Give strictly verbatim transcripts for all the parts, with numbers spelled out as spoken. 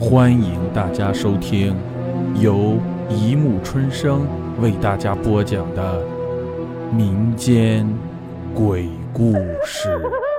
欢迎大家收听由一木春生为大家播讲的民间鬼故事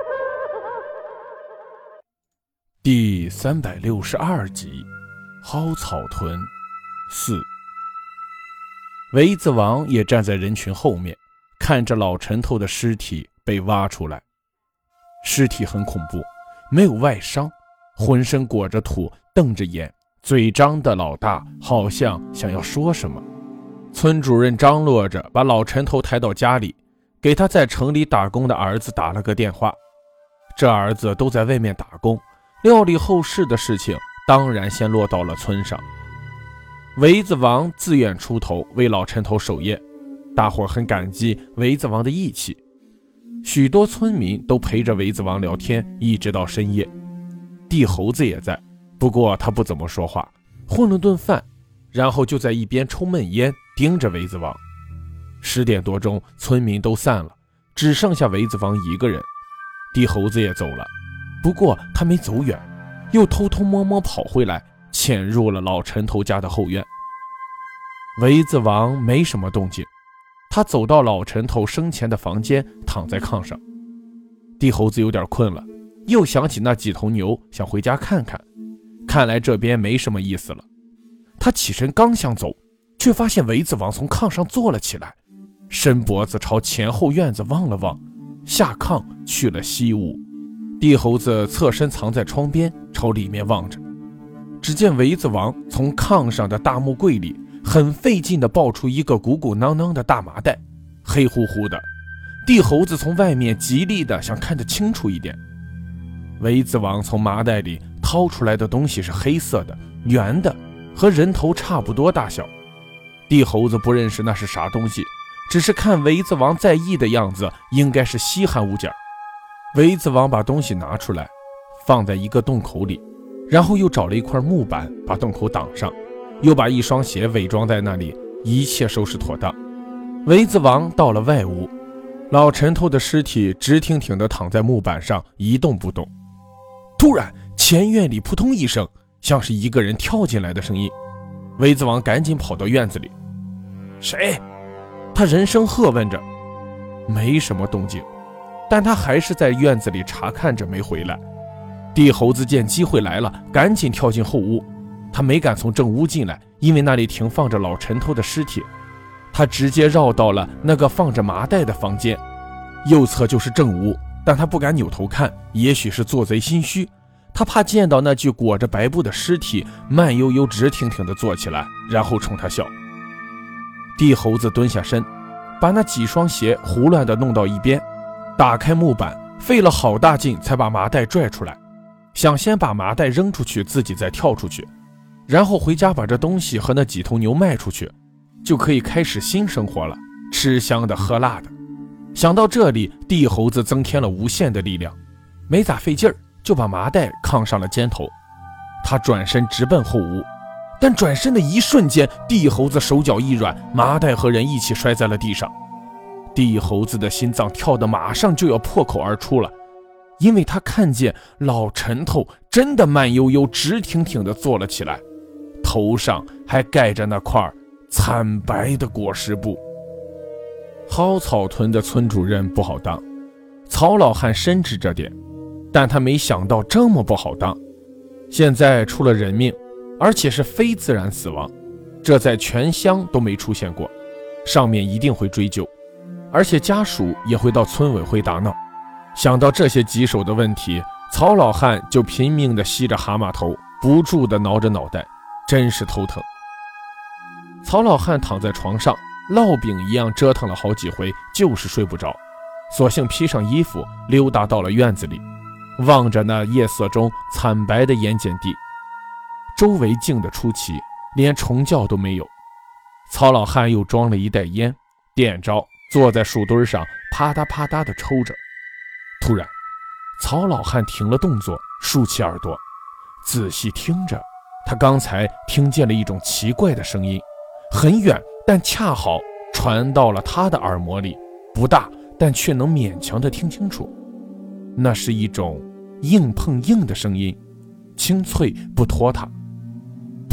第三百六十二集蒿草屯四。维子王也站在人群后面，看着老陈头的尸体被挖出来。尸体很恐怖，没有外伤，浑身裹着土，瞪着眼，嘴张得老大，好像想要说什么。村主任张罗着把老陈头抬到家里，给他在城里打工的儿子打了个电话。这儿子都在外面打工，料理后事的事情当然先落到了村上。维子王自愿出头为老陈头守夜，大伙很感激维子王的义气。许多村民都陪着维子王聊天，一直到深夜。地猴子也在，不过他不怎么说话，混了顿饭，然后就在一边抽闷烟，盯着维子王。十点多钟，村民都散了，只剩下维子王一个人。地猴子也走了，不过他没走远，又偷偷摸摸跑回来，潜入了老陈头家的后院。维子王没什么动静，他走到老陈头生前的房间，躺在炕上。地猴子有点困了，又想起那几头牛，想回家看看，看来这边没什么意思了。他起身刚想走，却发现维子王从炕上坐了起来，伸脖子朝前后院子望了望，下炕去了西屋。地猴子侧身藏在窗边，朝里面望着。只见维子王从炕上的大木柜里很费劲地抱出一个鼓鼓囊囊的大麻袋，黑乎乎的。地猴子从外面极力地想看得清楚一点。维子王从麻袋里掏出来的东西是黑色的，圆的，和人头差不多大小。地猴子不认识那是啥东西，只是看维子王在意的样子，应该是稀罕物件。维子王把东西拿出来，放在一个洞口里，然后又找了一块木板把洞口挡上，又把一双鞋伪装在那里，一切收拾妥当。维子王到了外屋，老陈头的尸体直挺挺地躺在木板上，一动不动。突然前院里扑通一声，像是一个人跳进来的声音。维子王赶紧跑到院子里。谁？他人声喝问着。没什么动静，但他还是在院子里查看着，没回来。地猴子见机会来了，赶紧跳进后屋。他没敢从正屋进来，因为那里停放着老陈头的尸体。他直接绕到了那个放着麻袋的房间，右侧就是正屋，但他不敢扭头看，也许是做贼心虚，他怕见到那具裹着白布的尸体，慢悠悠直挺挺地坐起来，然后冲他笑。地猴子蹲下身，把那几双鞋胡乱地弄到一边，打开木板，费了好大劲才把麻袋拽出来，想先把麻袋扔出去，自己再跳出去，然后回家把这东西和那几头牛卖出去，就可以开始新生活了，吃香的喝辣的。想到这里，地猴子增添了无限的力量，没咋费劲儿，就把麻袋扛上了肩头。他转身直奔后屋，但转身的一瞬间，地猴子手脚一软，麻袋和人一起摔在了地上。地猴子的心脏跳得马上就要破口而出了，因为他看见老陈头真的慢悠悠直挺挺地坐了起来，头上还盖着那块惨白的裹尸布。蒿草屯的村主任不好当，曹老汉深知这点，但他没想到这么不好当。现在出了人命，而且是非自然死亡，这在全乡都没出现过，上面一定会追究，而且家属也会到村委会打闹。想到这些棘手的问题，曹老汉就拼命地吸着蛤蟆头，不住地挠着脑袋，真是头疼。曹老汉躺在床上，烙饼一样折腾了好几回，就是睡不着，索性披上衣服溜达到了院子里，望着那夜色中惨白的盐碱地，周围静得出奇，连虫叫都没有。曹老汉又装了一袋烟，点着，坐在树墩上啪嗒啪嗒地抽着。突然曹老汉停了动作，竖起耳朵仔细听着，他刚才听见了一种奇怪的声音，很远，但恰好传到了他的耳膜里，不大，但却能勉强地听清楚。那是一种硬碰硬的声音，清脆不拖沓，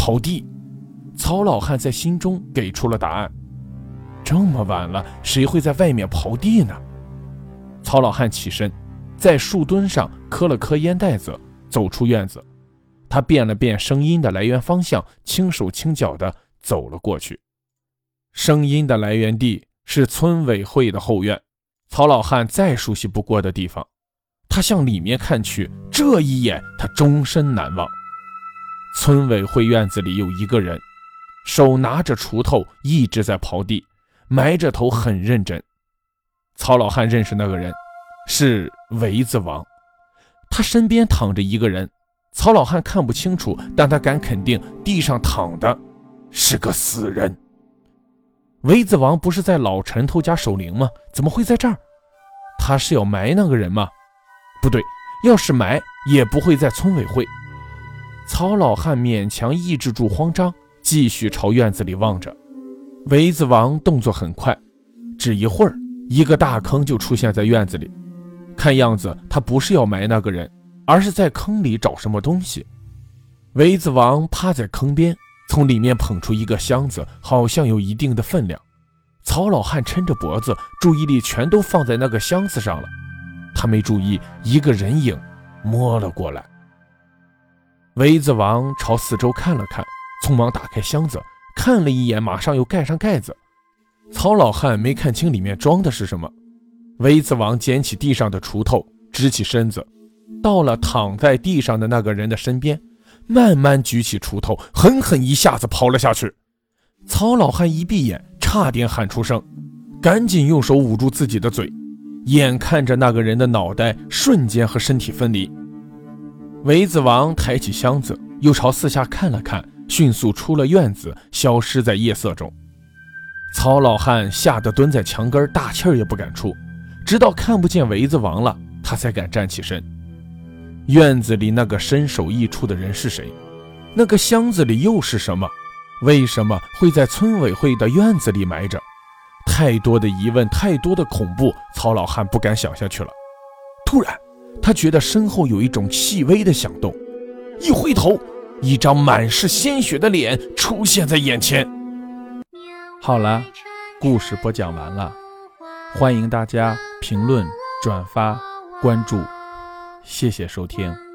刨地。曹老汉在心中给出了答案。这么晚了，谁会在外面刨地呢？曹老汉起身，在树墩上磕了磕烟袋子，走出院子。他辨了辨声音的来源方向，轻手轻脚地走了过去。声音的来源地是村委会的后院，曹老汉再熟悉不过的地方。他向里面看去，这一眼他终身难忘。村委会院子里有一个人，手拿着锄头一直在刨地，埋着头很认真。曹老汉认识那个人，是围子王。他身边躺着一个人，曹老汉看不清楚，但他敢肯定地上躺的是个死人。围子王不是在老陈头家守灵吗？怎么会在这儿？他是要埋那个人吗？不对，要是埋也不会在村委会。曹老汉勉强抑制住慌张，继续朝院子里望着。围子王动作很快，只一会儿，一个大坑就出现在院子里。看样子他不是要埋那个人，而是在坑里找什么东西。围子王趴在坑边，从里面捧出一个箱子，好像有一定的分量。曹老汉抻着脖子，注意力全都放在那个箱子上了。他没注意，一个人影摸了过来。围子王朝四周看了看，匆忙打开箱子，看了一眼，马上又盖上盖子。曹老汉没看清里面装的是什么。围子王捡起地上的锄头，直起身子，到了躺在地上的那个人的身边，慢慢举起锄头，狠狠一下子刨了下去。曹老汉一闭眼，差点喊出声，赶紧用手捂住自己的嘴，眼看着那个人的脑袋瞬间和身体分离。围子王抬起箱子，又朝四下看了看，迅速出了院子，消失在夜色中。曹老汉吓得蹲在墙根，大气儿也不敢出，直到看不见围子王了，他才敢站起身。院子里那个身首异处的人是谁？那个箱子里又是什么？为什么会在村委会的院子里埋着？太多的疑问，太多的恐怖，曹老汉不敢想下去了。突然他觉得身后有一种细微的响动，一回头，一张满是鲜血的脸出现在眼前。好了，故事播讲完了，欢迎大家评论、转发、关注，谢谢收听。